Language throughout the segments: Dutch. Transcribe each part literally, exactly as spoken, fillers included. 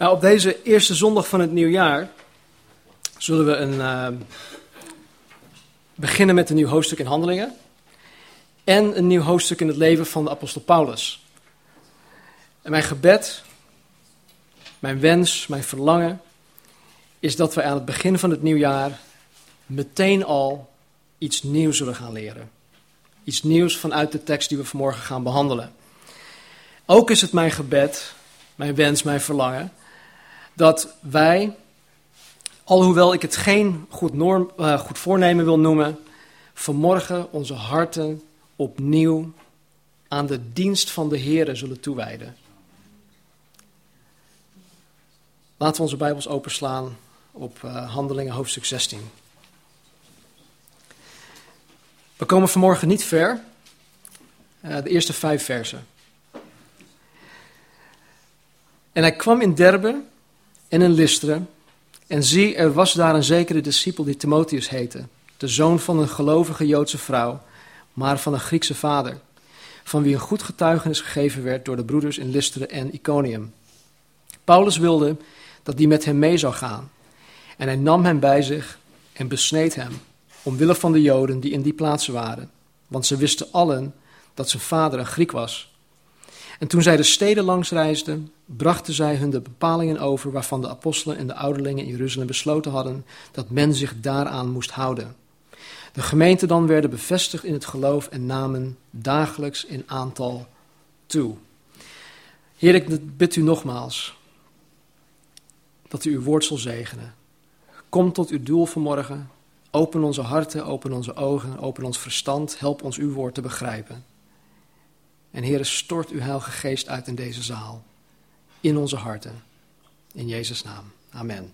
Nou, op deze eerste zondag van het nieuwjaar zullen we een, uh, beginnen met een nieuw hoofdstuk in Handelingen en een nieuw hoofdstuk in het leven van de apostel Paulus. En mijn gebed, mijn wens, mijn verlangen is dat wij aan het begin van het nieuwjaar meteen al iets nieuws zullen gaan leren. Iets nieuws vanuit de tekst die we vanmorgen gaan behandelen. Ook is het mijn gebed, mijn wens, mijn verlangen, dat wij, alhoewel ik het geen goed, norm, uh, goed voornemen wil noemen, vanmorgen onze harten opnieuw aan de dienst van de Heere zullen toewijden. Laten we onze Bijbels openslaan op uh, Handelingen hoofdstuk zestien. We komen vanmorgen niet ver, uh, de eerste vijf versen. En hij kwam in Derbe en in Lystra, en zie, er was daar een zekere discipel die Timotheus heette, de zoon van een gelovige Joodse vrouw, maar van een Griekse vader, van wie een goed getuigenis gegeven werd door de broeders in Lystra en Iconium. Paulus wilde dat die met hem mee zou gaan, en hij nam hem bij zich en besneed hem, omwille van de Joden die in die plaatsen waren, want ze wisten allen dat zijn vader een Griek was. En toen zij de steden langs reisden, brachten zij hun de bepalingen over waarvan de apostelen en de ouderlingen in Jeruzalem besloten hadden dat men zich daaraan moest houden. De gemeenten dan werden bevestigd in het geloof en namen dagelijks in aantal toe. Heer, ik bid u nogmaals dat u uw woord zal zegenen. Kom tot uw doel vanmorgen. Open onze harten, open onze ogen, open ons verstand. Help ons uw woord te begrijpen. En Heere, stort uw Heilige Geest uit in deze zaal. In onze harten. In Jezus' naam. Amen.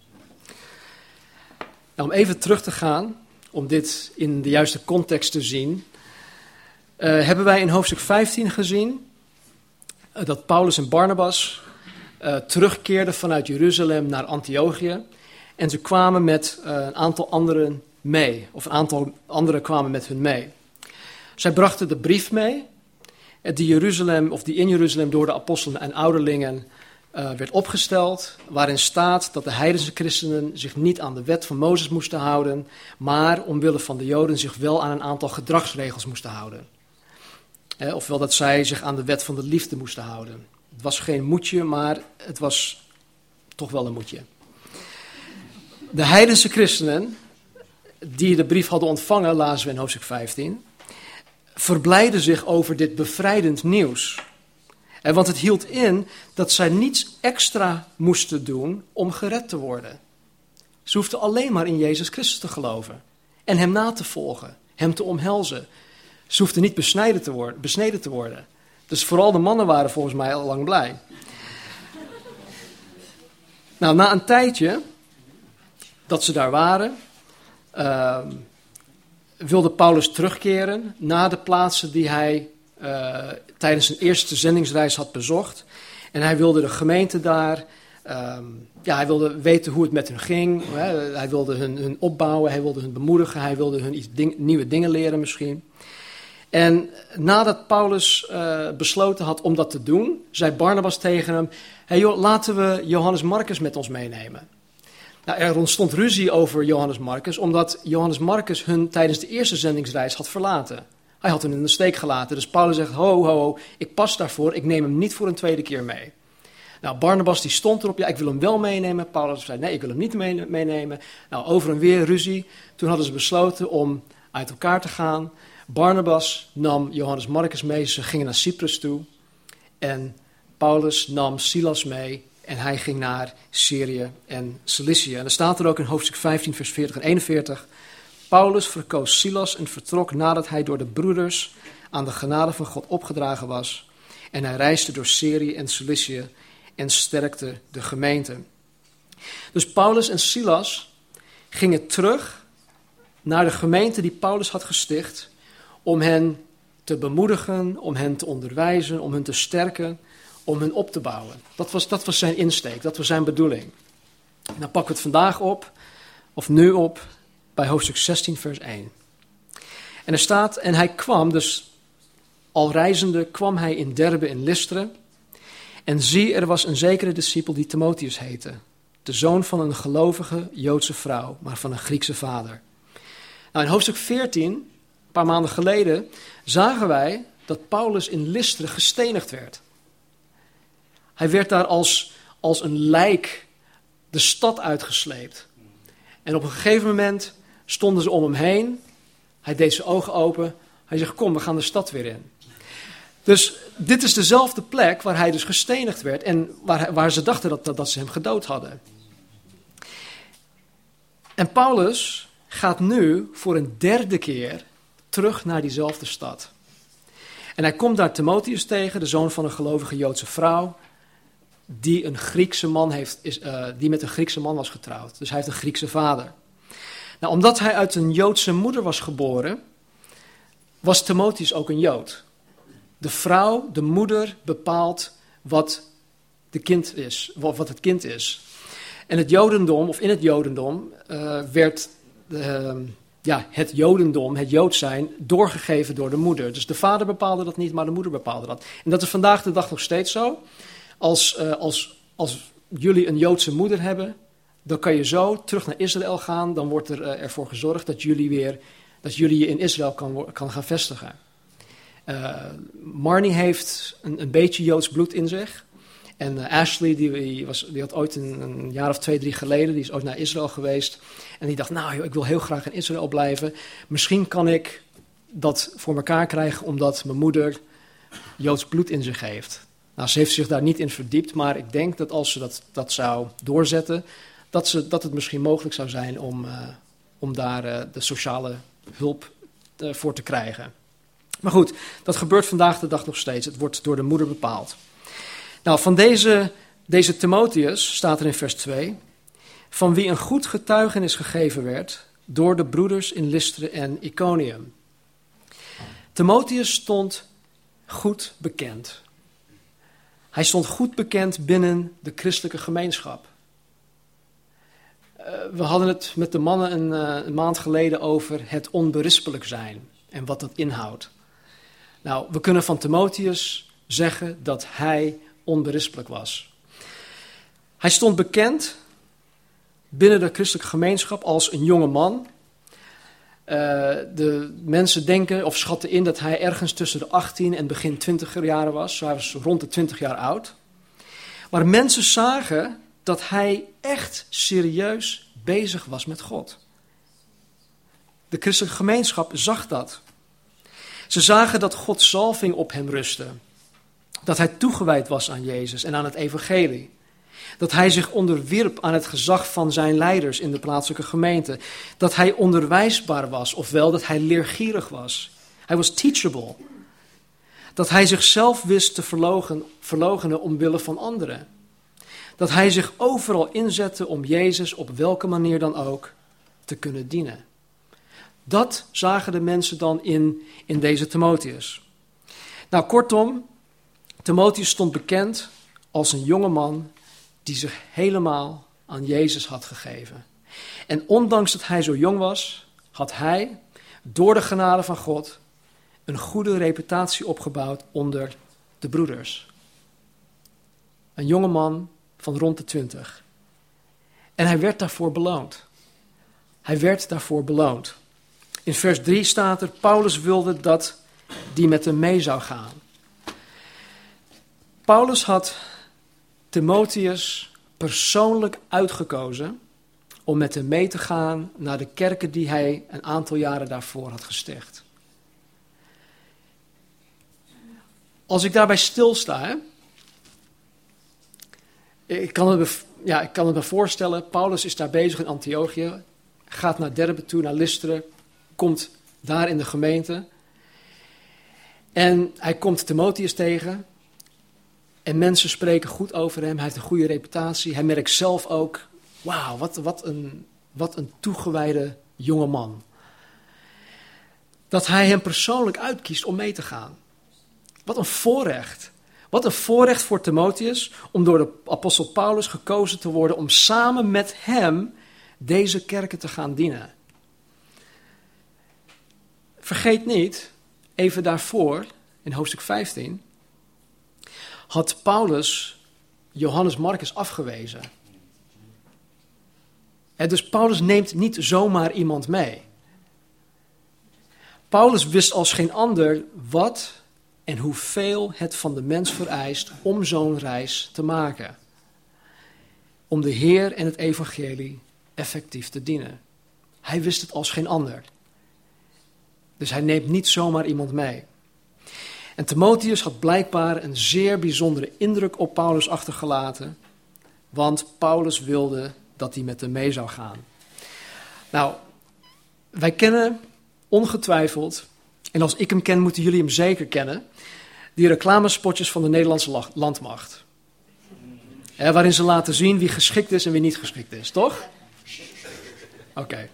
Nou, om even terug te gaan, om dit in de juiste context te zien, uh, hebben wij in hoofdstuk vijftien gezien uh, dat Paulus en Barnabas uh, terugkeerden vanuit Jeruzalem naar Antiochië. En ze kwamen met uh, een aantal anderen mee, of een aantal anderen kwamen met hun mee. Zij brachten de brief mee, die Jeruzalem, of die in Jeruzalem door de apostelen en ouderlingen uh, werd opgesteld, waarin staat dat de heidense christenen zich niet aan de wet van Mozes moesten houden, maar omwille van de Joden zich wel aan een aantal gedragsregels moesten houden. Eh, ofwel dat zij zich aan de wet van de liefde moesten houden. Het was geen moetje, maar het was toch wel een moetje. De heidense christenen die de brief hadden ontvangen, lazen we in hoofdstuk vijftien, verblijden zich over dit bevrijdend nieuws. En want het hield in dat zij niets extra moesten doen om gered te worden. Ze hoefden alleen maar in Jezus Christus te geloven en hem na te volgen, hem te omhelzen. Ze hoefden niet besneden te worden, besneden te worden. Dus vooral de mannen waren volgens mij al lang blij. Nou, na een tijdje dat ze daar waren, Uh, wilde Paulus terugkeren naar de plaatsen die hij uh, tijdens zijn eerste zendingsreis had bezocht. En hij wilde de gemeente daar, uh, ja, hij wilde weten hoe het met hen ging. Hè. Hij wilde hun, hun opbouwen, hij wilde hun bemoedigen, hij wilde hun iets ding, nieuwe dingen leren misschien. En nadat Paulus uh, besloten had om dat te doen, zei Barnabas tegen hem: hey joh, laten we Johannes Marcus met ons meenemen. Nou, er ontstond ruzie over Johannes Marcus, omdat Johannes Marcus hun tijdens de eerste zendingsreis had verlaten. Hij had hen in de steek gelaten. Dus Paulus zegt: ho, ho, ho, ik pas daarvoor, ik neem hem niet voor een tweede keer mee. Nou, Barnabas die stond erop: ja, ik wil hem wel meenemen. Paulus zei: nee, ik wil hem niet meenemen. Nou, over en weer ruzie. Toen hadden ze besloten om uit elkaar te gaan. Barnabas nam Johannes Marcus mee, ze gingen naar Cyprus toe. En Paulus nam Silas mee. En hij ging naar Syrië en Cilicië. En er staat er ook in hoofdstuk vijftien, vers veertig en eenenveertig. Paulus verkoos Silas en vertrok nadat hij door de broeders aan de genade van God opgedragen was. En hij reisde door Syrië en Cilicië en sterkte de gemeente. Dus Paulus en Silas gingen terug naar de gemeente die Paulus had gesticht, om hen te bemoedigen, om hen te onderwijzen, om hen te sterken, om hen op te bouwen. Dat was, dat was zijn insteek, dat was zijn bedoeling. En dan pakken we het vandaag op, of nu op, bij hoofdstuk zestien, vers één. En er staat: en hij kwam, dus al reizende kwam hij in Derbe in Lystra. En zie, er was een zekere discipel die Timotheus heette, de zoon van een gelovige Joodse vrouw, maar van een Griekse vader. Nou, in hoofdstuk veertien, een paar maanden geleden, zagen wij dat Paulus in Lystra gestenigd werd. Hij werd daar als, als een lijk de stad uitgesleept. En op een gegeven moment stonden ze om hem heen. Hij deed zijn ogen open. Hij zegt, kom, we gaan de stad weer in. Dus dit is dezelfde plek waar hij dus gestenigd werd en waar, waar ze dachten dat, dat, dat ze hem gedood hadden. En Paulus gaat nu voor een derde keer terug naar diezelfde stad. En hij komt daar Timotheus tegen, de zoon van een gelovige Joodse vrouw, die, een Griekse man heeft, is, uh, die met een Griekse man was getrouwd. Dus hij heeft een Griekse vader. Nou, omdat hij uit een Joodse moeder was geboren, was Timotheus ook een Jood. De vrouw, de moeder, bepaalt wat, de kind is, wat het kind is. En het Jodendom, of in het Jodendom, uh, werd uh, ja, het Jodendom, het Jood zijn, doorgegeven door de moeder. Dus de vader bepaalde dat niet, maar de moeder bepaalde dat. En dat is vandaag de dag nog steeds zo. Als, uh, als, als jullie een Joodse moeder hebben, dan kan je zo terug naar Israël gaan. Dan wordt er uh, ervoor gezorgd dat jullie, weer, dat jullie je in Israël kan, kan gaan vestigen. Uh, Marnie heeft een, een beetje Joods bloed in zich. En uh, Ashley, die, die, was, die had ooit een, een jaar of twee, drie geleden, die is ooit naar Israël geweest. En die dacht, nou joh, ik wil heel graag in Israël blijven. Misschien kan ik dat voor elkaar krijgen, omdat mijn moeder Joods bloed in zich heeft. Nou, ze heeft zich daar niet in verdiept, maar ik denk dat als ze dat, dat zou doorzetten, dat, ze, dat het misschien mogelijk zou zijn om, uh, om daar uh, de sociale hulp uh, voor te krijgen. Maar goed, dat gebeurt vandaag de dag nog steeds. Het wordt door de moeder bepaald. Nou, van deze, deze Timotheus staat er in vers twee, van wie een goed getuigenis gegeven werd door de broeders in Lystra en Iconium. Timotheus stond goed bekend. Hij stond goed bekend binnen de christelijke gemeenschap. Uh, we hadden het met de mannen een, uh, een maand geleden over het onberispelijk zijn en wat dat inhoudt. Nou, we kunnen van Timotheus zeggen dat hij onberispelijk was. Hij stond bekend binnen de christelijke gemeenschap als een jonge man. Uh, de mensen denken of schatten in dat hij ergens tussen de achttien en begin twintig jaren was. Hij was rond de twintig jaar oud. Maar mensen zagen dat hij echt serieus bezig was met God. De christelijke gemeenschap zag dat. Ze zagen dat Gods zalving op hem rustte. Dat hij toegewijd was aan Jezus en aan het evangelie. Dat hij zich onderwierp aan het gezag van zijn leiders in de plaatselijke gemeente. Dat hij onderwijsbaar was, ofwel dat hij leergierig was. Hij was teachable. Dat hij zichzelf wist te verloochen, verloochenen omwille van anderen. Dat hij zich overal inzette om Jezus op welke manier dan ook te kunnen dienen. Dat zagen de mensen dan in, in deze Timotheus. Nou, kortom, Timotheus stond bekend als een jonge man die zich helemaal aan Jezus had gegeven. En ondanks dat hij zo jong was, had hij door de genade van God een goede reputatie opgebouwd onder de broeders. Een jonge man van rond de twintig. En hij werd daarvoor beloond. Hij werd daarvoor beloond. In vers drie staat er, Paulus wilde dat die met hem mee zou gaan. Paulus had Timotheus persoonlijk uitgekozen om met hem mee te gaan naar de kerken die hij een aantal jaren daarvoor had gesticht. Als ik daarbij stilsta, hè, ik, kan het, ja, ik kan het me voorstellen, Paulus is daar bezig in Antiochië, gaat naar Derbe toe, naar Lystra, komt daar in de gemeente en hij komt Timotheus tegen. En mensen spreken goed over hem. Hij heeft een goede reputatie. Hij merkt zelf ook, wauw, wat, wat, een, wat een toegewijde jonge man. Dat hij hem persoonlijk uitkiest om mee te gaan. Wat een voorrecht. Wat een voorrecht voor Timotheus om door de apostel Paulus gekozen te worden om samen met hem deze kerken te gaan dienen. Vergeet niet, even daarvoor, in hoofdstuk vijftien... had Paulus Johannes Marcus afgewezen. En dus Paulus neemt niet zomaar iemand mee. Paulus wist als geen ander wat en hoeveel het van de mens vereist om zo'n reis te maken. Om de Heer en het evangelie effectief te dienen. Hij wist het als geen ander. Dus hij neemt niet zomaar iemand mee. En Timotheus had blijkbaar een zeer bijzondere indruk op Paulus achtergelaten, want Paulus wilde dat hij met hem mee zou gaan. Nou, wij kennen ongetwijfeld, en als ik hem ken, moeten jullie hem zeker kennen, die reclamespotjes van de Nederlandse landmacht. He, waarin ze laten zien wie geschikt is en wie niet geschikt is, toch? Oké. Okay.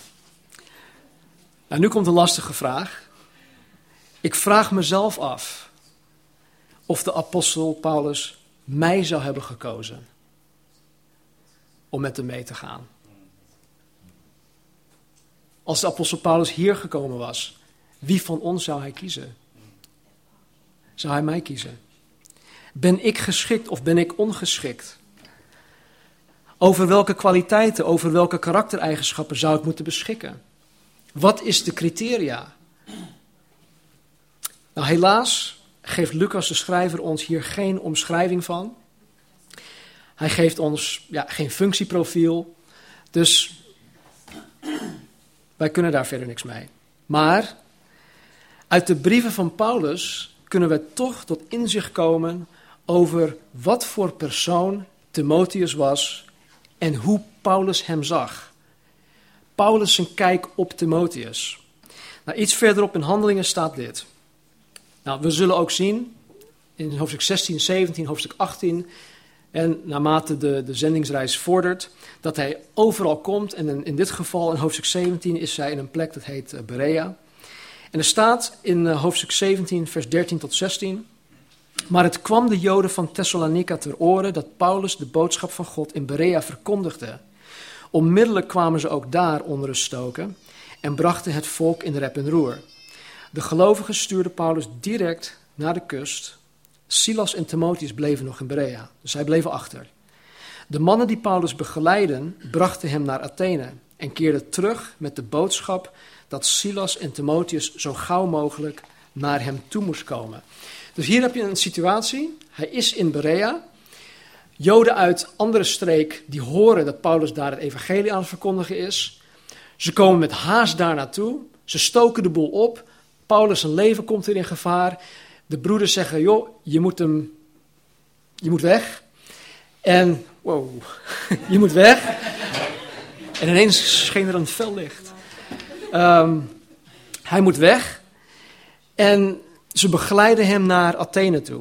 Nou, nu komt een lastige vraag. Ik vraag mezelf af of de apostel Paulus mij zou hebben gekozen om met hem mee te gaan. Als de apostel Paulus hier gekomen was, wie van ons zou hij kiezen? Zou hij mij kiezen? Ben ik geschikt of ben ik ongeschikt? Over welke kwaliteiten, over welke karaktereigenschappen zou ik moeten beschikken? Wat is de criteria? Nou, helaas geeft Lucas de schrijver ons hier geen omschrijving van. Hij geeft ons ja, geen functieprofiel. Dus wij kunnen daar verder niks mee. Maar uit de brieven van Paulus kunnen we toch tot inzicht komen over wat voor persoon Timotheus was en hoe Paulus hem zag. Paulus zijn kijk op Timotheus. Nou, iets verderop in Handelingen staat dit. Nou, we zullen ook zien in hoofdstuk zestien, zeventien, hoofdstuk achttien... en naarmate de, de zendingsreis vordert, dat hij overal komt. En in, in dit geval, in hoofdstuk zeventien, is hij in een plek dat heet uh, Berea. En er staat in uh, hoofdstuk zeventien, vers dertien tot zestien... Maar het kwam de Joden van Thessalonica ter oren dat Paulus de boodschap van God in Berea verkondigde. Onmiddellijk kwamen ze ook daar onrust stoken en brachten het volk in rep en roer. De gelovigen stuurden Paulus direct naar de kust. Silas en Timotheus bleven nog in Berea, dus zij bleven achter. De mannen die Paulus begeleidden, brachten hem naar Athene en keerden terug met de boodschap dat Silas en Timotheus zo gauw mogelijk naar hem toe moest komen. Dus hier heb je een situatie, hij is in Berea. Joden uit andere streek die horen dat Paulus daar het evangelie aan het verkondigen is. Ze komen met haast daar naartoe, ze stoken de boel op. Paulus' zijn leven komt er in gevaar. De broeders zeggen, joh, je moet hem, je moet weg. En, wow, je moet weg. En ineens scheen er een fel licht. Um, hij moet weg. En ze begeleiden hem naar Athene toe.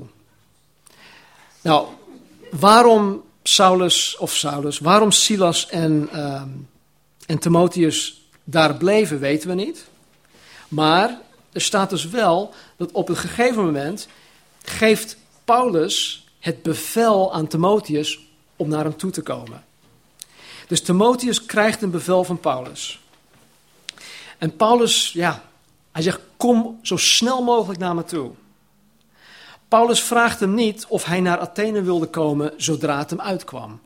Nou, waarom Saulus, of Saulus, waarom Silas en, um, en Timotheus daar bleven, weten we niet. Maar er staat dus wel dat op een gegeven moment geeft Paulus het bevel aan Timotheus om naar hem toe te komen. Dus Timotheus krijgt een bevel van Paulus. En Paulus, ja, hij zegt, kom zo snel mogelijk naar me toe. Paulus vraagt hem niet of hij naar Athene wilde komen zodra het hem uitkwam.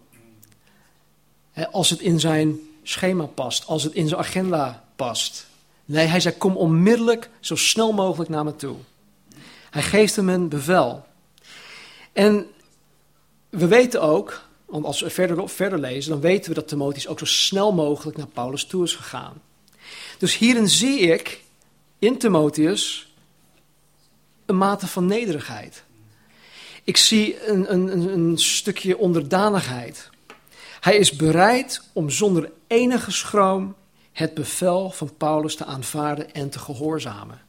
Als het in zijn schema past, als het in zijn agenda past. Nee, hij zei, kom onmiddellijk zo snel mogelijk naar me toe. Hij geeft hem een bevel. En we weten ook, want als we verder, verder lezen, dan weten we dat Timotheus ook zo snel mogelijk naar Paulus toe is gegaan. Dus hierin zie ik in Timotheus een mate van nederigheid. Ik zie een, een, een stukje onderdanigheid. Hij is bereid om zonder enige schroom het bevel van Paulus te aanvaarden en te gehoorzamen.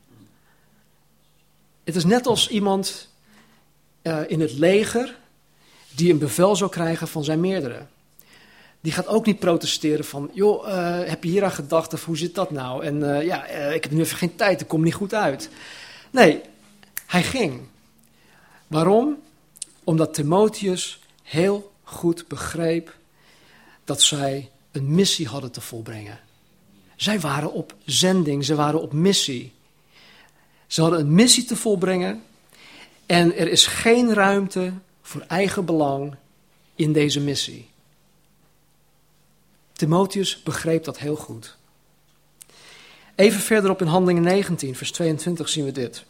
Het is net als iemand uh, in het leger die een bevel zou krijgen van zijn meerdere. Die gaat ook niet protesteren van, joh, uh, heb je hier aan gedacht of hoe zit dat nou? En uh, ja, uh, ik heb nu even geen tijd, ik kom niet goed uit. Nee, hij ging. Waarom? Omdat Timotheus heel goed begreep dat zij een missie hadden te volbrengen. Zij waren op zending, ze waren op missie. Ze hadden een missie te volbrengen En er is geen ruimte voor eigen belang in deze missie. Timotheus begreep dat heel goed. Even verderop in Handelingen negentien, vers tweeëntwintig zien we dit.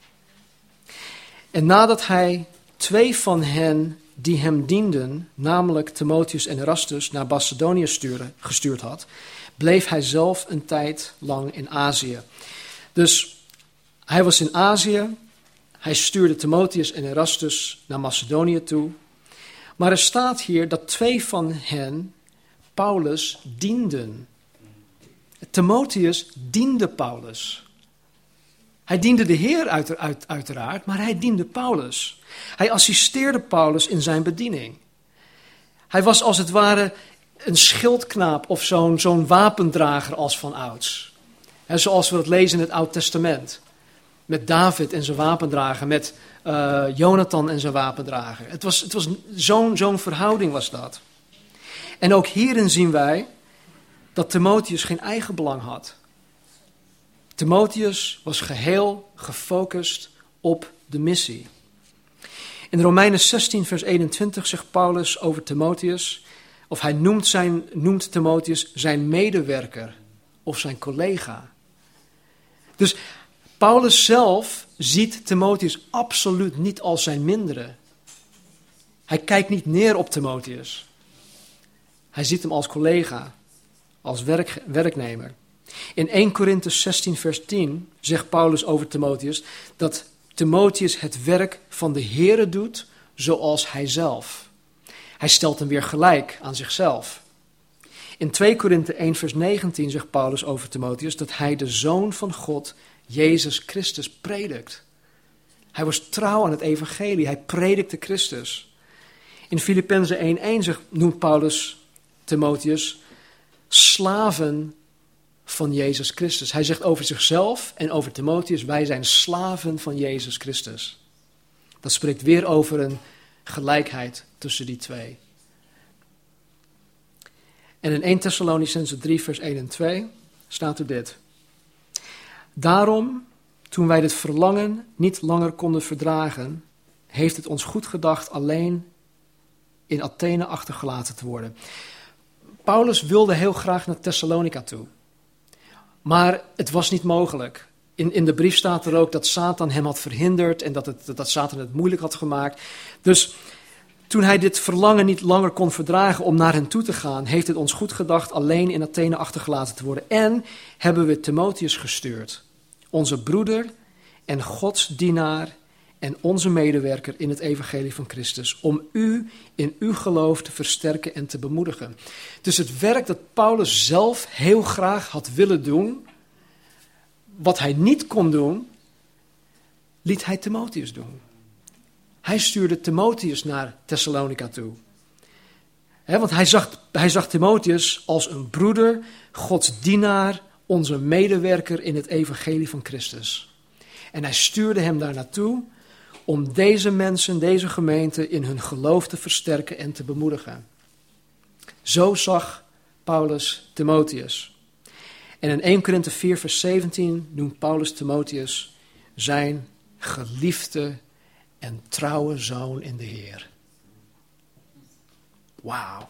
En nadat hij twee van hen die hem dienden, namelijk Timotheus en Erastus, naar Macedonië stuurde, gestuurd had, bleef hij zelf een tijd lang in Azië. Dus hij was in Azië, hij stuurde Timotheus en Erastus naar Macedonië toe. Maar er staat hier dat twee van hen Paulus dienden. Timotheus diende Paulus. Hij diende de Heer uit, uit, uiteraard, maar hij diende Paulus. Hij assisteerde Paulus in zijn bediening. Hij was als het ware een schildknaap of zo'n, zo'n wapendrager als van ouds. He, zoals we dat lezen in het Oude Testament. Met David en zijn wapendrager, met uh, Jonathan en zijn wapendrager. Het was, het was zo'n, zo'n verhouding was dat. En ook hierin zien wij dat Timotheus geen eigen belang had. Timotheus was geheel gefocust op de missie. In Romeinen zestien vers eenentwintig zegt Paulus over Timotheus, of hij noemt, zijn, noemt Timotheus zijn medewerker of zijn collega. Dus Paulus zelf ziet Timotheus absoluut niet als zijn mindere. Hij kijkt niet neer op Timotheus. Hij ziet hem als collega, als werk, werknemer. In eerste Korinthe zestien vers tien zegt Paulus over Timotheus dat Timotheus het werk van de Here doet zoals hij zelf. Hij stelt hem weer gelijk aan zichzelf. In tweede Korinthe één vers negentien zegt Paulus over Timotheus dat hij de Zoon van God, Jezus Christus, predikt. Hij was trouw aan het evangelie, hij predikte Christus. In Filippenzen één één zegt, noemt Paulus Timotheus slaven van Jezus Christus. Hij zegt over zichzelf en over Timotheus, wij zijn slaven van Jezus Christus. Dat spreekt weer over een gelijkheid tussen die twee. En in eerste Thessalonicenzen drie vers één en twee staat er dit. Daarom, toen wij dit verlangen niet langer konden verdragen, heeft het ons goed gedacht alleen in Athene achtergelaten te worden. Paulus wilde heel graag naar Thessalonica toe. Maar het was niet mogelijk. In, in de brief staat er ook dat Satan hem had verhinderd en dat, het, dat Satan het moeilijk had gemaakt. Dus toen hij dit verlangen niet langer kon verdragen om naar hen toe te gaan, heeft het ons goed gedacht alleen in Athene achtergelaten te worden. En hebben we Timotheus gestuurd, onze broeder en Gods dienaar en onze medewerker in het evangelie van Christus, om u in uw geloof te versterken en te bemoedigen. Dus het werk dat Paulus zelf heel graag had willen doen, wat hij niet kon doen, liet hij Timotheus doen. Hij stuurde Timotheus naar Thessalonica toe. He, want hij zag, hij zag Timotheus als een broeder, Gods dienaar, onze medewerker in het evangelie van Christus. En hij stuurde hem daar naartoe om deze mensen, deze gemeente in hun geloof te versterken en te bemoedigen. Zo zag Paulus Timotheus. En in eerste Korinthe vier vers zeventien noemt Paulus Timotheus zijn geliefde en trouwe zoon in de Heer. Wauw.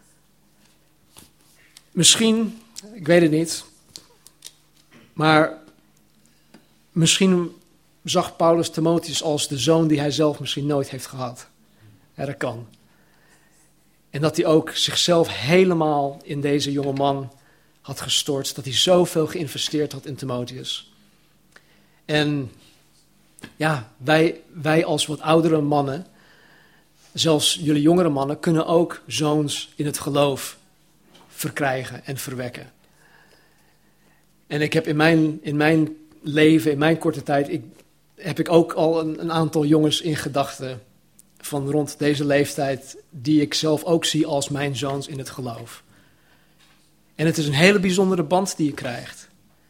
Misschien, ik weet het niet, maar misschien zag Paulus Timotheus als de zoon die hij zelf misschien nooit heeft gehad. Ja, dat kan. En dat hij ook zichzelf helemaal in deze jonge man had gestort, dat hij zoveel geïnvesteerd had in Timotheus. En ja, wij, wij als wat oudere mannen, zelfs jullie jongere mannen, kunnen ook zoons in het geloof verkrijgen en verwekken. En ik heb in mijn, in mijn leven, in mijn korte tijd, ik, heb ik ook al een, een aantal jongens in gedachten van rond deze leeftijd, die ik zelf ook zie als mijn zoons in het geloof. En het is een hele bijzondere band die je krijgt.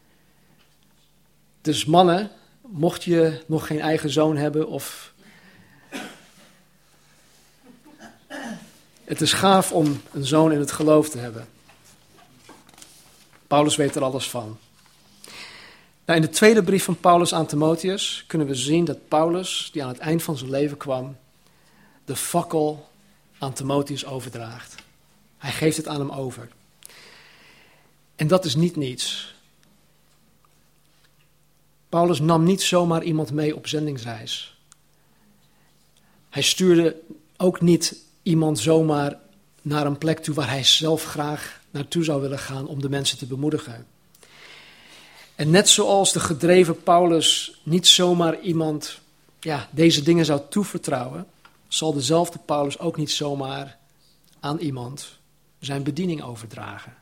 Dus mannen, mocht je nog geen eigen zoon hebben of... Het is gaaf om een zoon in het geloof te hebben. Paulus weet er alles van. Nou, in de tweede brief van Paulus aan Timotheus kunnen we zien dat Paulus, die aan het eind van zijn leven kwam, de fakkel aan Timotheus overdraagt. Hij geeft het aan hem over. En dat is niet niets. Paulus nam niet zomaar iemand mee op zendingsreis. Hij stuurde ook niet iemand zomaar naar een plek toe waar hij zelf graag naartoe zou willen gaan om de mensen te bemoedigen. En net zoals de gedreven Paulus niet zomaar iemand ja, deze dingen zou toevertrouwen, zal dezelfde Paulus ook niet zomaar aan iemand zijn bediening overdragen.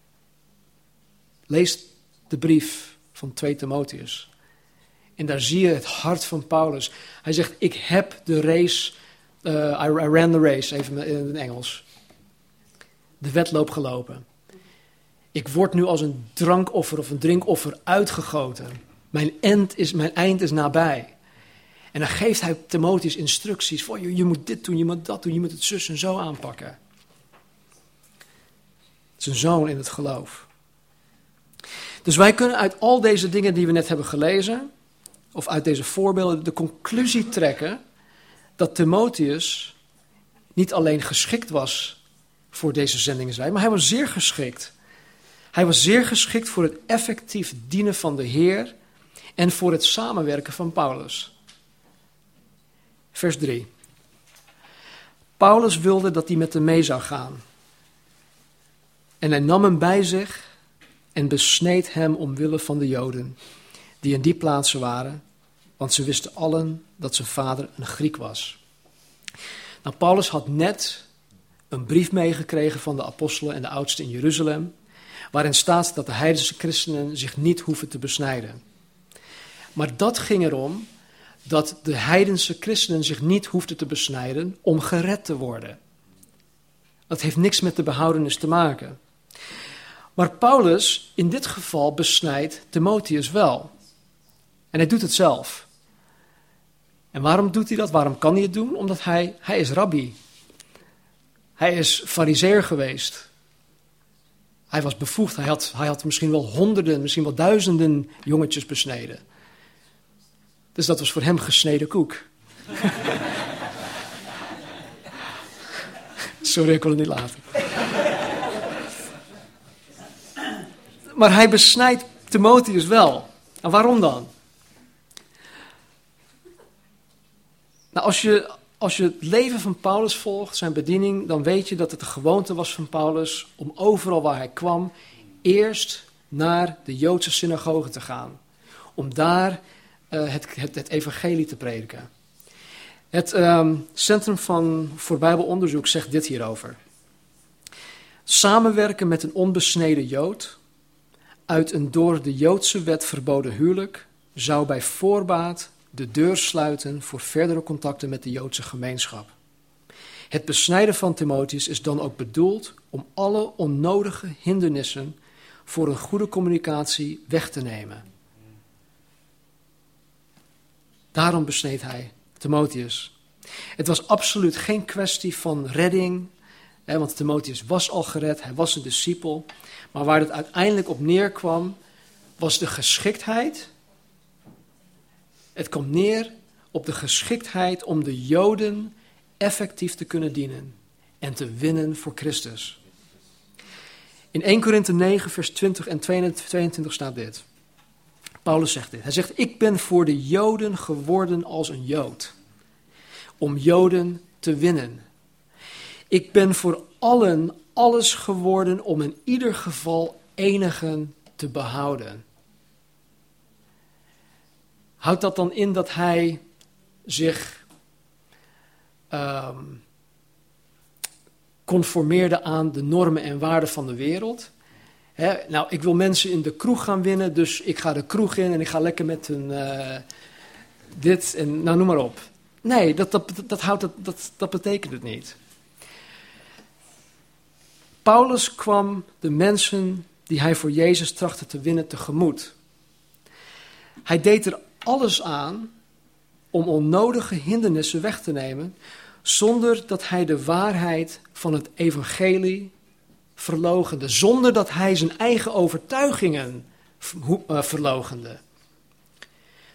Lees de brief van twee Timotheus. En daar zie je het hart van Paulus. Hij zegt, ik heb de race, uh, I, I ran the race, even in het Engels. De wedloop gelopen. Ik word nu als een drankoffer of een drinkoffer uitgegoten. Mijn eind is, mijn eind is nabij. En dan geeft hij Timotheus instructies. Voor je, je moet dit doen, je moet dat doen, je moet het zus en zo aanpakken. Zijn zoon in het geloof. Dus wij kunnen uit al deze dingen die we net hebben gelezen, of uit deze voorbeelden, de conclusie trekken dat Timotheus niet alleen geschikt was voor deze zendingsreis, maar hij was zeer geschikt. Hij was zeer geschikt voor het effectief dienen van de Heer en voor het samenwerken van Paulus. Vers drie. Paulus wilde dat hij met hem mee zou gaan. En hij nam hem bij zich en besneed hem omwille van de Joden, die in die plaatsen waren, want ze wisten allen dat zijn vader een Griek was. Nou, Paulus had net een brief meegekregen van de apostelen en de oudsten in Jeruzalem, waarin staat dat de heidense christenen zich niet hoeven te besnijden. Maar dat ging erom dat de heidense christenen zich niet hoefden te besnijden om gered te worden. Dat heeft niks met de behoudenis te maken. Maar Paulus in dit geval besnijdt Timotheus wel. En hij doet het zelf. En waarom doet hij dat? Waarom kan hij het doen? Omdat hij, hij is rabbi. Hij is farizeer geweest. Hij was bevoegd. Hij had, hij had misschien wel honderden, misschien wel duizenden jongetjes besneden. Dus dat was voor hem gesneden koek. Sorry, ik kon het niet laten. Maar hij besnijdt Timotheus wel. En waarom dan? Nou, als je, als je het leven van Paulus volgt, zijn bediening, dan weet je dat het de gewoonte was van Paulus om overal waar hij kwam, eerst naar de Joodse synagoge te gaan. Om daar uh, het, het, het evangelie te prediken. Het um, Centrum van, voor Bijbelonderzoek zegt dit hierover. Samenwerken met een onbesneden Jood uit een door de Joodse wet verboden huwelijk zou bij voorbaat de deur sluiten voor verdere contacten met de Joodse gemeenschap. Het besnijden van Timotheus is dan ook bedoeld om alle onnodige hindernissen voor een goede communicatie weg te nemen. Daarom besneed hij Timotheus. Het was absoluut geen kwestie van redding, hè, want Timotheus was al gered, hij was een discipel. Maar waar het uiteindelijk op neerkwam, was de geschiktheid. Het kwam neer op de geschiktheid om de Joden effectief te kunnen dienen en te winnen voor Christus. In Eerste Korinthe negen, vers twintig en tweeëntwintig staat dit. Paulus zegt dit. Hij zegt, ik ben voor de Joden geworden als een Jood, om Joden te winnen. Ik ben voor allen alles geworden om in ieder geval enigen te behouden. Houdt dat dan in dat hij zich um, conformeerde aan de normen en waarden van de wereld? He, nou, ik wil mensen in de kroeg gaan winnen, dus ik ga de kroeg in en ik ga lekker met hun uh, dit en nou noem maar op. Nee, dat, dat, dat, houdt, dat, dat, dat betekent het niet. Paulus kwam de mensen die hij voor Jezus trachtte te winnen tegemoet. Hij deed er alles aan om onnodige hindernissen weg te nemen, zonder dat hij de waarheid van het evangelie verloochende, zonder dat hij zijn eigen overtuigingen verloochende.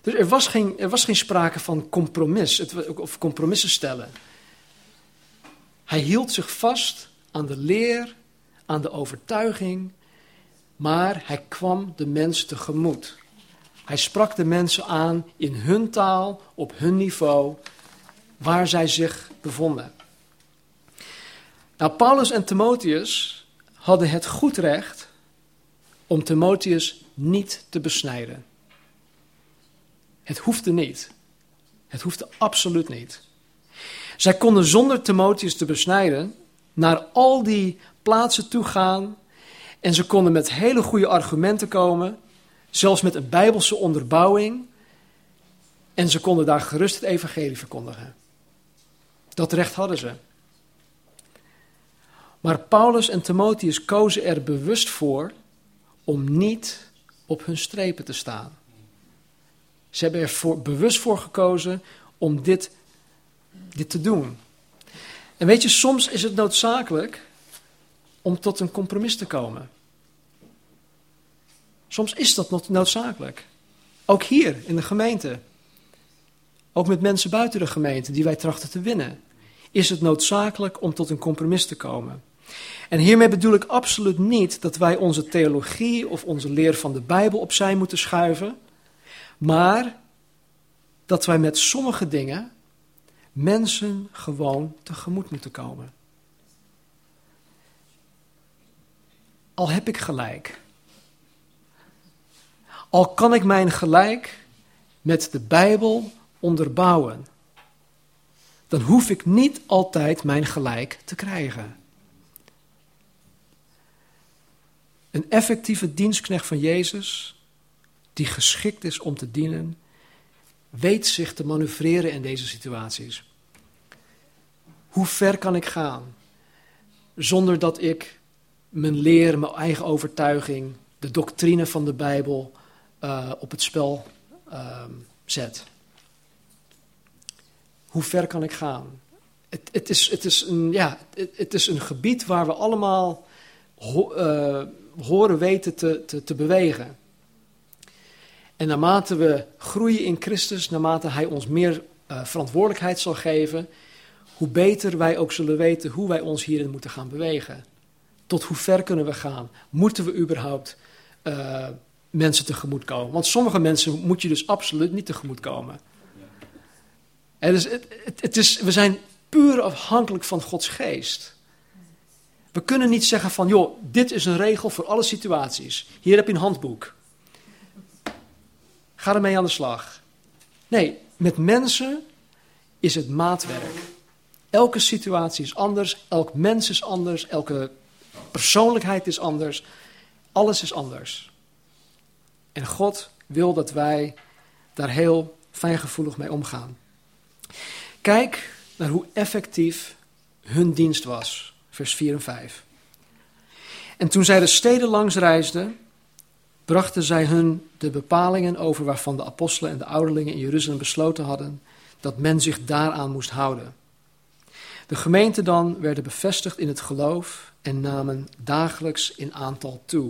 Dus er was geen, er was geen sprake van compromis, het, of compromissen stellen. Hij hield zich vast aan de leer, aan de overtuiging, maar hij kwam de mens tegemoet. Hij sprak de mensen aan in hun taal, op hun niveau, waar zij zich bevonden. Nou, Paulus en Timotheus hadden het goed recht om Timotheus niet te besnijden. Het hoefde niet. Het hoefde absoluut niet. Zij konden zonder Timotheus te besnijden naar al die plaatsen toe gaan en ze konden met hele goede argumenten komen, zelfs met een bijbelse onderbouwing, en ze konden daar gerust het evangelie verkondigen. Dat recht hadden ze. Maar Paulus en Timotheus kozen er bewust voor om niet op hun strepen te staan. Ze hebben er voor, bewust voor gekozen om dit, dit te doen. En weet je, soms is het noodzakelijk om tot een compromis te komen. Soms is dat noodzakelijk. Ook hier in de gemeente. Ook met mensen buiten de gemeente die wij trachten te winnen. Is het noodzakelijk om tot een compromis te komen. En hiermee bedoel ik absoluut niet dat wij onze theologie of onze leer van de Bijbel opzij moeten schuiven. Maar dat wij met sommige dingen mensen gewoon tegemoet moeten komen. Al heb ik gelijk. Al kan ik mijn gelijk met de Bijbel onderbouwen. Dan hoef ik niet altijd mijn gelijk te krijgen. Een effectieve dienstknecht van Jezus, die geschikt is om te dienen, weet zich te manoeuvreren in deze situaties. Hoe ver kan ik gaan zonder dat ik mijn leer, mijn eigen overtuiging, de doctrine van de Bijbel uh, op het spel uh, zet? Hoe ver kan ik gaan? Het, het, is, het, is, een, ja, het, het is een gebied waar we allemaal ho, uh, horen weten te, te, te bewegen. En naarmate we groeien in Christus, naarmate Hij ons meer uh, verantwoordelijkheid zal geven, hoe beter wij ook zullen weten hoe wij ons hierin moeten gaan bewegen. Tot hoe ver kunnen we gaan? Moeten we überhaupt uh, mensen tegemoet komen? Want sommige mensen moet je dus absoluut niet tegemoet komen. En dus het, het, het is, we zijn puur afhankelijk van Gods geest. We kunnen niet zeggen van, joh, dit is een regel voor alle situaties. Hier heb je een handboek. Ga ermee aan de slag. Nee, met mensen is het maatwerk. Elke situatie is anders, elk mens is anders, elke persoonlijkheid is anders. Alles is anders. En God wil dat wij daar heel fijngevoelig mee omgaan. Kijk naar hoe effectief hun dienst was. Vers vier en vijf. En toen zij de steden langs reisden, brachten zij hun de bepalingen over waarvan de apostelen en de ouderlingen in Jeruzalem besloten hadden dat men zich daaraan moest houden. De gemeenten dan werden bevestigd in het geloof en namen dagelijks in aantal toe.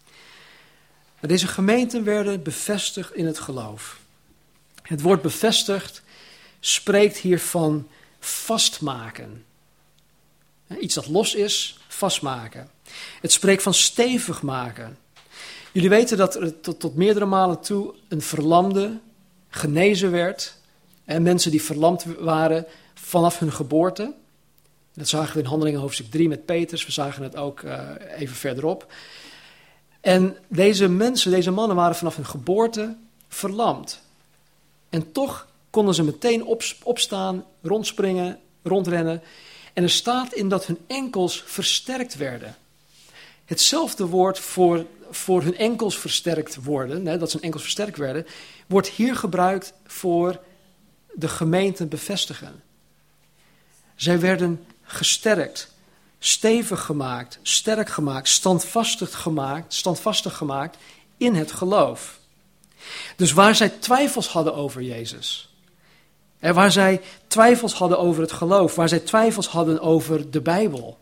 Maar deze gemeenten werden bevestigd in het geloof. Het woord bevestigd spreekt hier van vastmaken. Iets dat los is, vastmaken. Het spreekt van stevig maken. Jullie weten dat er tot, tot meerdere malen toe een verlamde genezen werd. En mensen die verlamd waren vanaf hun geboorte. Dat zagen we in Handelingen hoofdstuk drie met Petrus. We zagen het ook uh, even verderop. En deze mensen, deze mannen waren vanaf hun geboorte verlamd. En toch konden ze meteen op, opstaan, rondspringen, rondrennen. En er staat in dat hun enkels versterkt werden. Hetzelfde woord voor, voor hun enkels versterkt worden, hè, dat zijn enkels versterkt werden, wordt hier gebruikt voor de gemeente bevestigen. Zij werden gesterkt, stevig gemaakt, sterk gemaakt, standvastig gemaakt, standvastig gemaakt in het geloof. Dus waar zij twijfels hadden over Jezus, en waar zij twijfels hadden over het geloof, waar zij twijfels hadden over de Bijbel,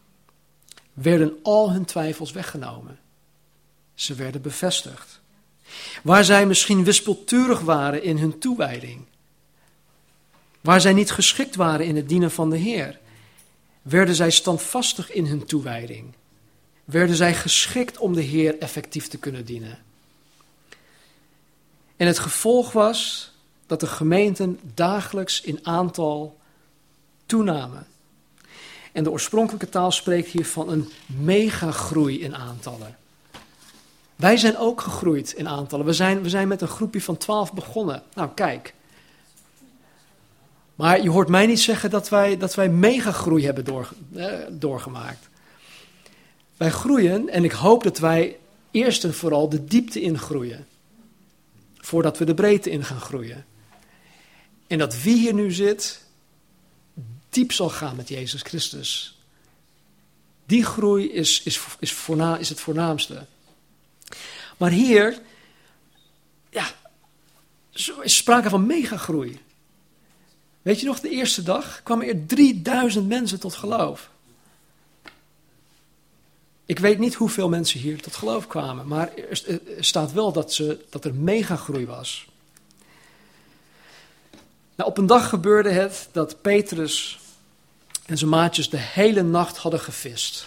werden al hun twijfels weggenomen. Ze werden bevestigd. Waar zij misschien wispelturig waren in hun toewijding. Waar zij niet geschikt waren in het dienen van de Heer. Werden zij standvastig in hun toewijding. Werden zij geschikt om de Heer effectief te kunnen dienen. En het gevolg was dat de gemeenten dagelijks in aantal toenamen. En de oorspronkelijke taal spreekt hier van een megagroei in aantallen. Wij zijn ook gegroeid in aantallen. We zijn, we zijn met een groepje van twaalf begonnen. Nou, kijk. Maar je hoort mij niet zeggen dat wij, dat wij megagroei hebben door, eh, doorgemaakt. Wij groeien en ik hoop dat wij eerst en vooral de diepte ingroeien. Voordat we de breedte in gaan groeien. En dat wie hier nu zit, diep zal gaan met Jezus Christus. Die groei is, is, is, voorna, is het voornaamste. Maar hier, ja, is sprake van megagroei. Weet je nog, de eerste dag kwamen er drieduizend mensen tot geloof. Ik weet niet hoeveel mensen hier tot geloof kwamen, maar er staat wel dat, ze, dat er megagroei was. Nou, op een dag gebeurde het dat Petrus en zijn maatjes de hele nacht hadden gevist.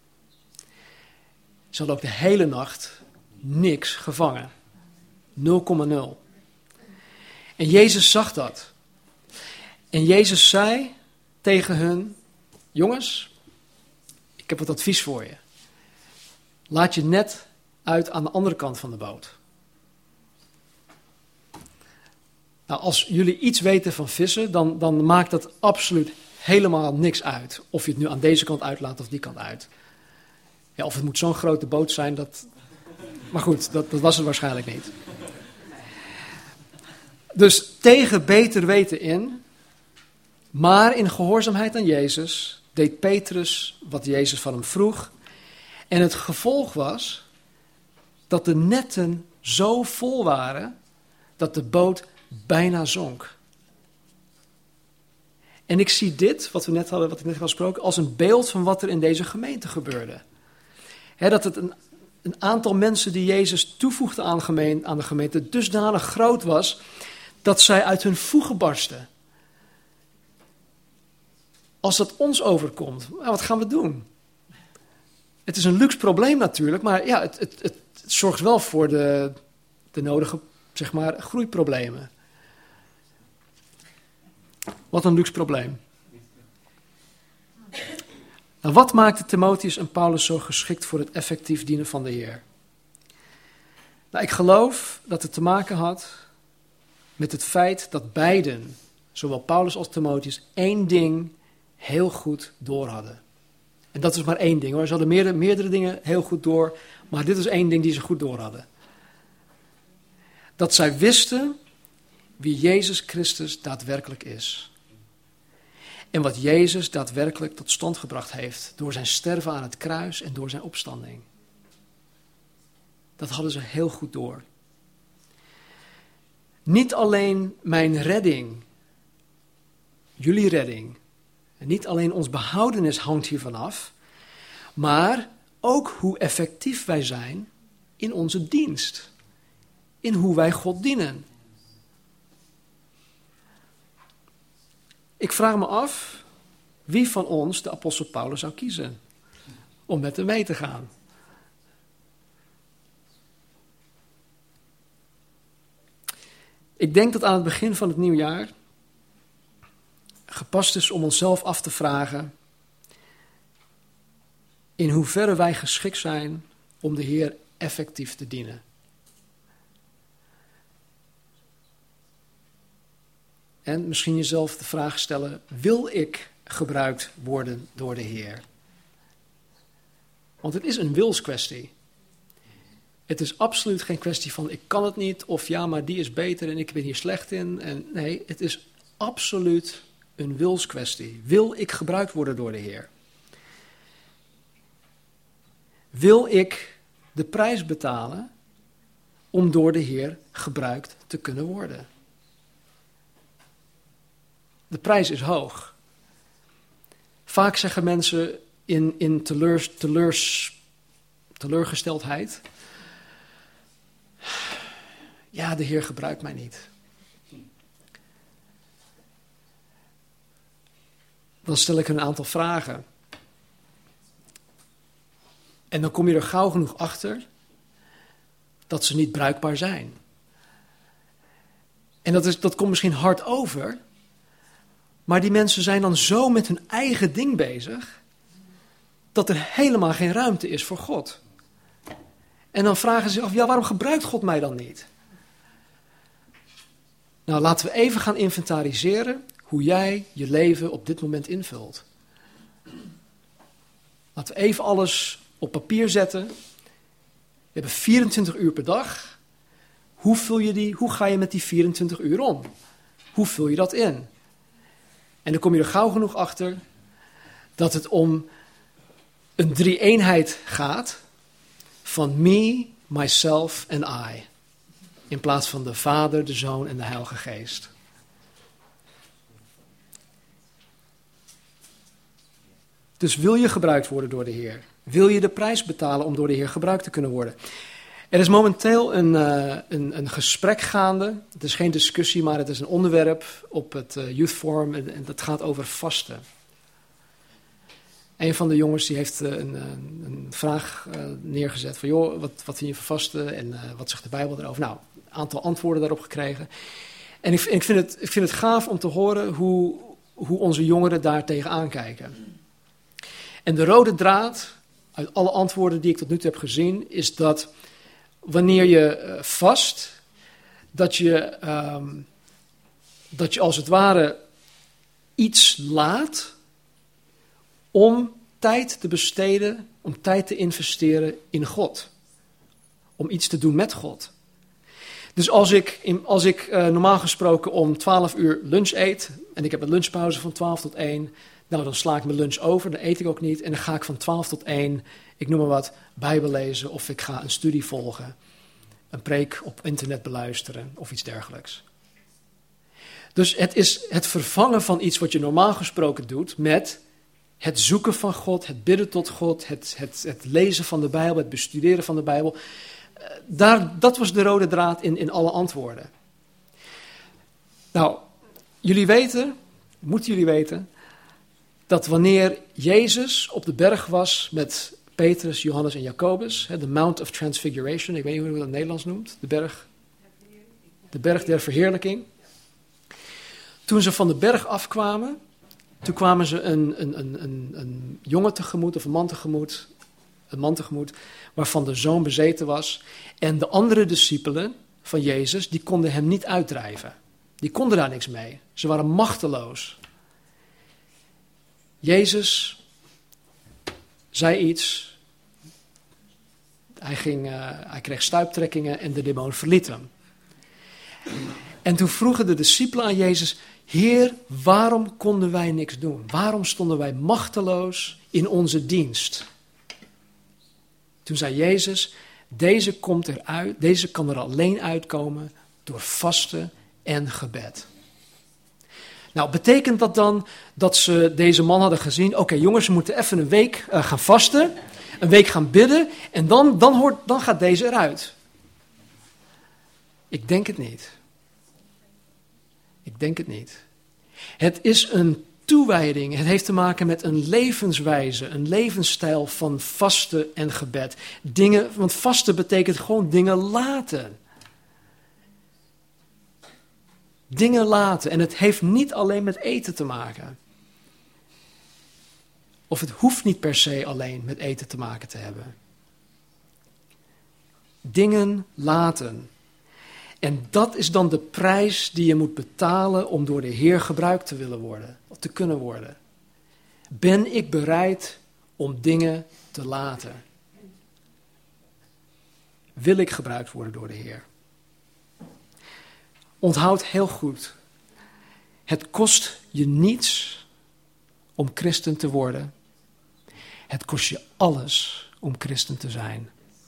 Ze hadden ook de hele nacht niks gevangen. nul komma nul. En Jezus zag dat. En Jezus zei tegen hun: jongens, ik heb wat advies voor je. Laat je net uit aan de andere kant van de boot. Nou, als jullie iets weten van vissen, dan, dan maakt dat absoluut helemaal niks uit. Of je het nu aan deze kant uitlaat of die kant uit. Ja, of het moet zo'n grote boot zijn, dat... Maar goed, dat, dat was het waarschijnlijk niet. Dus tegen beter weten in, maar in gehoorzaamheid aan Jezus, deed Petrus wat Jezus van hem vroeg. En het gevolg was dat de netten zo vol waren dat de boot bijna zonk. En ik zie dit, wat we net hadden, wat ik net had gesproken, als een beeld van wat er in deze gemeente gebeurde. He, dat het een, een aantal mensen die Jezus toevoegde aan, gemeen, aan de gemeente dusdanig groot was, dat zij uit hun voegen barsten. Als dat ons overkomt, nou, wat gaan we doen? Het is een luxe probleem natuurlijk, maar ja, het, het, het, het zorgt wel voor de, de nodige, zeg maar, groeiproblemen. Wat een luxe probleem. Nou, wat maakte Timotheus en Paulus zo geschikt voor het effectief dienen van de Heer? Nou, ik geloof dat het te maken had met het feit dat beiden, zowel Paulus als Timotheus, één ding heel goed door hadden. En dat is maar één ding hoor. Ze hadden meerdere, meerdere dingen heel goed door, maar dit is één ding die ze goed door hadden. Dat zij wisten wie Jezus Christus daadwerkelijk is. En wat Jezus daadwerkelijk tot stand gebracht heeft door zijn sterven aan het kruis en door zijn opstanding. Dat hadden ze heel goed door. Niet alleen mijn redding, jullie redding, en niet alleen ons behoudenis hangt hiervan af, maar ook hoe effectief wij zijn in onze dienst. In hoe wij God dienen. Ik vraag me af wie van ons de apostel Paulus zou kiezen om met hem mee te gaan. Ik denk dat aan het begin van het nieuwjaar gepast is om onszelf af te vragen in hoeverre wij geschikt zijn om de Heer effectief te dienen. En misschien jezelf de vraag stellen, wil ik gebruikt worden door de Heer? Want het is een wilskwestie. Het is absoluut geen kwestie van ik kan het niet of ja, maar die is beter en ik ben hier slecht in. En nee, het is absoluut een wilskwestie. Wil ik gebruikt worden door de Heer? Wil ik de prijs betalen om door de Heer gebruikt te kunnen worden? De prijs is hoog. Vaak zeggen mensen in, in teleurs, teleurs, teleurgesteldheid, Ja, de Heer gebruikt mij niet. Dan stel ik een aantal vragen. En dan kom je er gauw genoeg achter dat ze niet bruikbaar zijn. En dat, is, dat komt misschien hard over, maar die mensen zijn dan zo met hun eigen ding bezig, dat er helemaal geen ruimte is voor God. En dan vragen ze zich af, ja, waarom gebruikt God mij dan niet? Nou, laten we even gaan inventariseren hoe jij je leven op dit moment invult. Laten we even alles op papier zetten. We hebben vierentwintig uur per dag. Hoe vul je die? Hoe ga je met die vierentwintig uur om? Hoe vul je dat in? En dan kom je er gauw genoeg achter dat het om een drie-eenheid gaat van me, myself en I. In plaats van de Vader, de Zoon en de Heilige Geest. Dus wil je gebruikt worden door de Heer? Wil je de prijs betalen om door de Heer gebruikt te kunnen worden? Er is momenteel een, uh, een, een gesprek gaande. Het is geen discussie, maar het is een onderwerp op het uh, Youth Forum. En, en dat gaat over vasten. Een van de jongens die heeft uh, een, een, een vraag uh, neergezet van, joh, wat, wat vind je van vasten en uh, wat zegt de Bijbel erover? Nou, een aantal antwoorden daarop gekregen. En ik, ik, vind het, ik vind het gaaf om te horen hoe, hoe onze jongeren daar tegenaan kijken. En de rode draad uit alle antwoorden die ik tot nu toe heb gezien, is dat wanneer je uh, vast, dat je, um, dat je als het ware iets laat om tijd te besteden, om tijd te investeren in God. Om iets te doen met God. Dus als ik, in, als ik uh, normaal gesproken om twaalf uur lunch eet, en ik heb een lunchpauze van twaalf tot één, nou dan sla ik mijn lunch over, dan eet ik ook niet, en dan ga ik van twaalf tot één, ik noem maar wat, Bijbel lezen, of ik ga een studie volgen, een preek op internet beluisteren, of iets dergelijks. Dus het is het vervangen van iets wat je normaal gesproken doet, met het zoeken van God, het bidden tot God, het, het, het lezen van de Bijbel, het bestuderen van de Bijbel. Daar, dat was de rode draad in, in alle antwoorden. Nou, jullie weten, moeten jullie weten, dat wanneer Jezus op de berg was met Petrus, Johannes en Jacobus, de Mount of Transfiguration, ik weet niet hoe je dat in het Nederlands noemt, de berg, de berg der verheerlijking. Toen ze van de berg afkwamen, toen kwamen ze een, een, een, een, een jongen tegemoet, of een man tegemoet, een man tegemoet, waarvan de zoon bezeten was. En de andere discipelen van Jezus, die konden hem niet uitdrijven. Die konden daar niks mee. Ze waren machteloos. Jezus zei iets. Hij, ging, uh, hij kreeg stuiptrekkingen en de demon verliet hem. En toen vroegen de discipelen aan Jezus, Heer, waarom konden wij niks doen? Waarom stonden wij machteloos in onze dienst? Toen zei Jezus, deze komt eruit, deze kan er alleen uitkomen door vasten en gebed. Nou, betekent dat dan dat ze deze man hadden gezien, oké okay, jongens, we moeten even een week uh, gaan vasten, een week gaan bidden en dan, dan, hoort, dan gaat deze eruit? Ik denk het niet. Ik denk het niet. Het is een toewijding. Het heeft te maken met een levenswijze, een levensstijl van vasten en gebed. Dingen, want vasten betekent gewoon dingen laten. Dingen laten. En het heeft niet alleen met eten te maken. Of het hoeft niet per se alleen met eten te maken te hebben. Dingen laten. En dat is dan de prijs die je moet betalen om door de Heer gebruikt te willen worden, of te kunnen worden. Ben ik bereid om dingen te laten? Wil ik gebruikt worden door de Heer? Onthoud heel goed, het kost je niets om christen te worden. Het kost je alles om christen te zijn.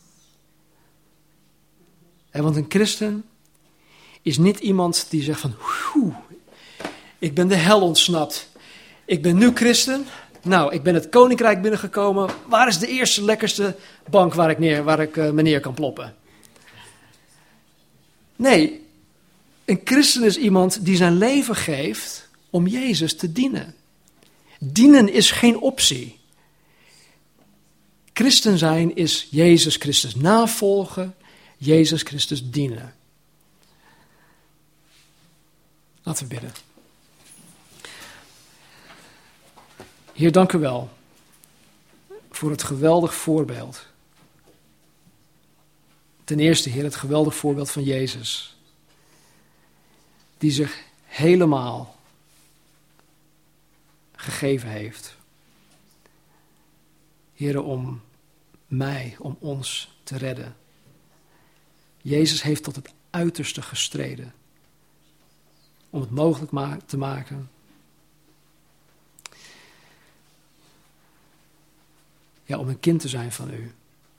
En want een christen is niet iemand die zegt van, ik ben de hel ontsnapt. Ik ben nu christen. Nou, ik ben het koninkrijk binnengekomen. Waar is de eerste lekkerste bank waar ik, neer, waar ik uh, me neer kan ploppen? Nee, een christen is iemand die zijn leven geeft om Jezus te dienen. Dienen is geen optie. Christen zijn is Jezus Christus navolgen, Jezus Christus dienen. Laten we bidden. Heer, dank u wel voor het geweldig voorbeeld. Ten eerste, Heer, het geweldig voorbeeld van Jezus. Die zich helemaal gegeven heeft. Heer, om mij, om ons te redden. Jezus heeft tot het uiterste gestreden. Om het mogelijk ma- te maken. Ja, om een kind te zijn van u.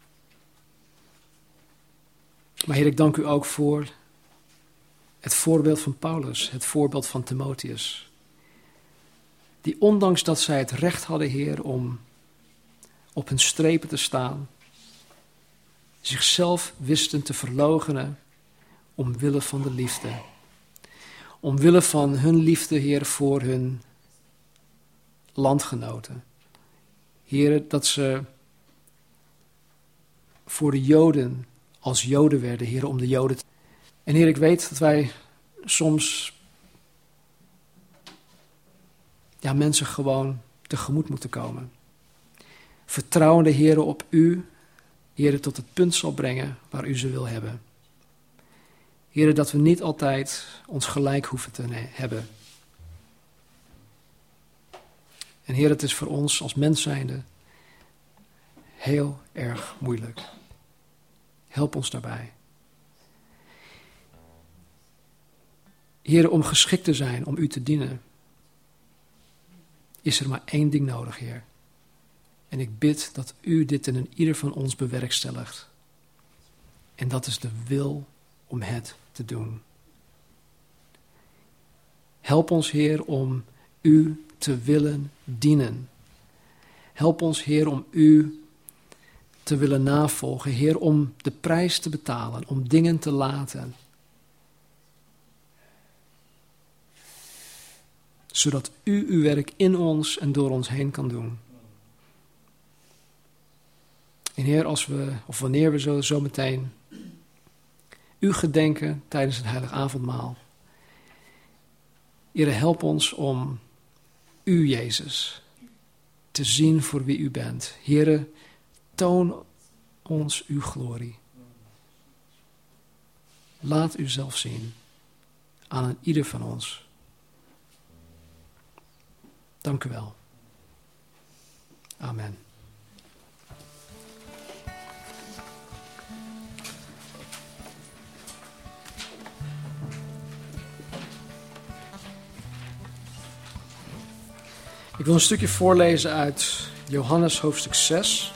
Maar Heer, ik dank u ook voor het voorbeeld van Paulus, het voorbeeld van Timotheus. Die ondanks dat zij het recht hadden, Heer, om op hun strepen te staan, zichzelf wisten te verloochenen omwille van de liefde. Omwille van hun liefde, Heer, voor hun landgenoten. Heer, dat ze voor de Joden als Joden werden, Heer, om de Joden te... En Heer, ik weet dat wij soms ja, mensen gewoon tegemoet moeten komen. Vertrouwende, Heer, op u, Heer, tot het punt zal brengen waar u ze wil hebben. Heer, dat we niet altijd ons gelijk hoeven te hebben. En Heer, het is voor ons als mens zijnde heel erg moeilijk. Help ons daarbij. Heer, om geschikt te zijn om u te dienen, is er maar één ding nodig, Heer. En ik bid dat u dit in een ieder van ons bewerkstelligt. En dat is de wil om het te doen. Help ons, Heer, om u te willen dienen. Help ons, Heer, om u te willen navolgen. Heer, om de prijs te betalen, om dingen te laten. Zodat u uw werk in ons en door ons heen kan doen. En Heer, als we, of wanneer we zo, zo meteen u gedenken tijdens het heilige avondmaal. Heer, help ons om u, Jezus, te zien voor wie u bent. Heer, toon ons uw glorie. Laat u zelf zien aan een ieder van ons. Dank u wel. Amen. Ik wil een stukje voorlezen uit Johannes hoofdstuk zes.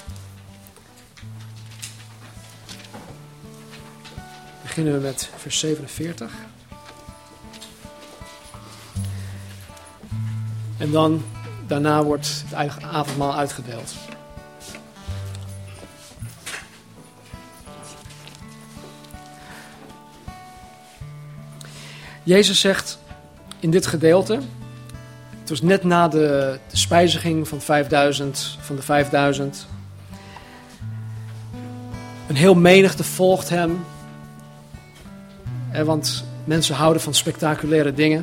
Beginnen we met vers zevenenveertig. En dan, daarna wordt het heilige avondmaal uitgedeeld. Jezus zegt in dit gedeelte, het was net na de, de spijziging van, vijfduizend, van de vijfduizend. Een heel menigte volgt hem. Eh, want mensen houden van spectaculaire dingen.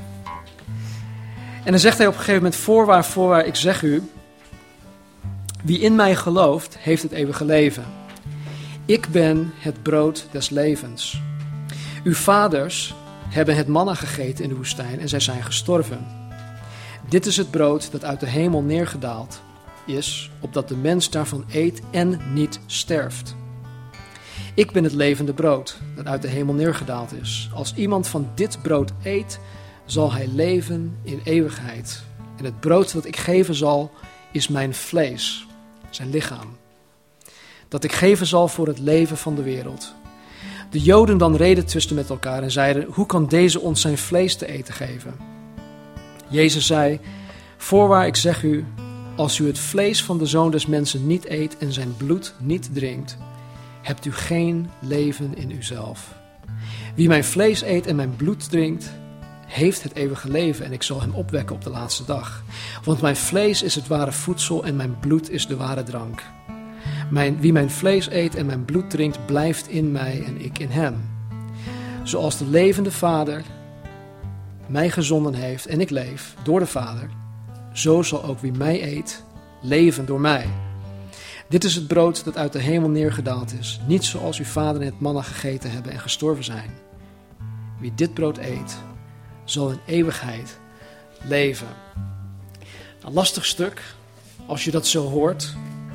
En dan zegt hij op een gegeven moment, voorwaar, voorwaar, ik zeg u, wie in mij gelooft, heeft het eeuwige leven. Ik ben het brood des levens. Uw vaders hebben het manna gegeten in de woestijn en zij zijn gestorven. Dit is het brood dat uit de hemel neergedaald is, opdat de mens daarvan eet en niet sterft. Ik ben het levende brood dat uit de hemel neergedaald is. Als iemand van dit brood eet, zal hij leven in eeuwigheid. En het brood dat ik geven zal, is mijn vlees, zijn lichaam. Dat ik geven zal voor het leven van de wereld. De Joden dan redetwisten met elkaar en zeiden, hoe kan deze ons zijn vlees te eten geven? Jezus zei, voorwaar ik zeg u, als u het vlees van de Zoon des Mensen niet eet en zijn bloed niet drinkt, hebt u geen leven in uzelf. Wie mijn vlees eet en mijn bloed drinkt, heeft het eeuwige leven en ik zal hem opwekken op de laatste dag. Want mijn vlees is het ware voedsel en mijn bloed is de ware drank. Mijn, wie mijn vlees eet en mijn bloed drinkt, blijft in mij en ik in hem. Zoals de levende Vader mij gezonden heeft en ik leef door de Vader, zo zal ook wie mij eet, leven door mij. Dit is het brood dat uit de hemel neergedaald is, niet zoals uw vader en het manna gegeten hebben en gestorven zijn. Wie dit brood eet, zal in eeuwigheid leven. Een lastig stuk, als je dat zo hoort.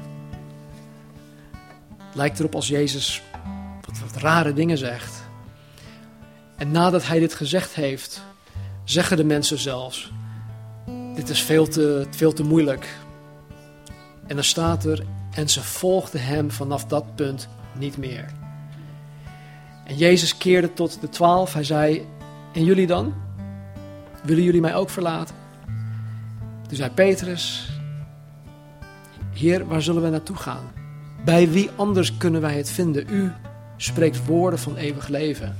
Het lijkt erop als Jezus wat, wat rare dingen zegt. En nadat hij dit gezegd heeft, zeggen de mensen zelfs, dit is veel te, veel te moeilijk. En dan staat er, en ze volgden hem vanaf dat punt niet meer. En Jezus keerde tot de twaalf. Hij zei, en jullie dan? Willen jullie mij ook verlaten? Toen zei Petrus, Heer, waar zullen we naartoe gaan? Bij wie anders kunnen wij het vinden? U spreekt woorden van eeuwig leven.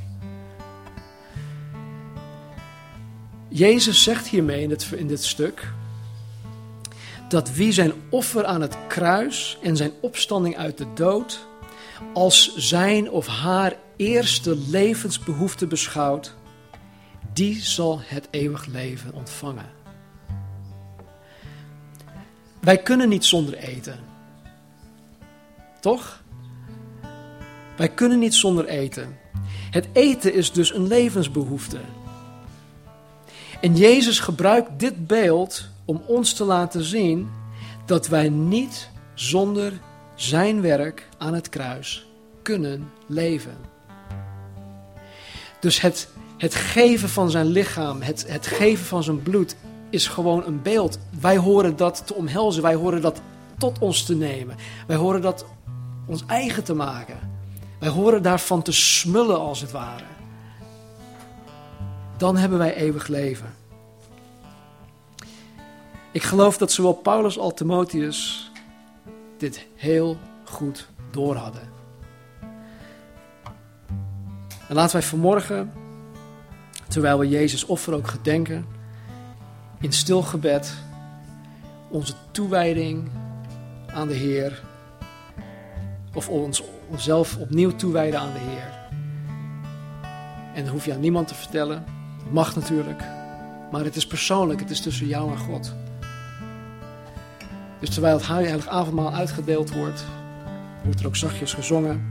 Jezus zegt hiermee in dit, in dit stuk, dat wie zijn offer aan het kruis en zijn opstanding uit de dood als zijn of haar eerste levensbehoefte beschouwt, die zal het eeuwig leven ontvangen. Wij kunnen niet zonder eten. Toch? Wij kunnen niet zonder eten. Het eten is dus een levensbehoefte. En Jezus gebruikt dit beeld om ons te laten zien dat wij niet zonder zijn werk aan het kruis kunnen leven. Dus het, het geven van zijn lichaam, het, het geven van zijn bloed is gewoon een beeld. Wij horen dat te omhelzen, wij horen dat tot ons te nemen. Wij horen dat ons eigen te maken. Wij horen daarvan te smullen als het ware. Dan hebben wij eeuwig leven. Ik geloof dat zowel Paulus als Timotheus dit heel goed door hadden. En laten wij vanmorgen, terwijl we Jezus offer ook gedenken, in stil gebed onze toewijding aan de Heer, of ons, onszelf opnieuw toewijden aan de Heer. En dat hoef je aan niemand te vertellen. Dat mag natuurlijk. Maar het is persoonlijk. Het is tussen jou en God. Dus terwijl het heilige avondmaal uitgedeeld wordt, wordt er ook zachtjes gezongen.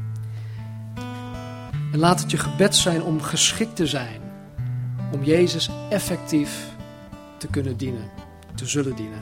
En laat het je gebed zijn om geschikt te zijn. Om Jezus effectief te kunnen dienen. Te zullen dienen.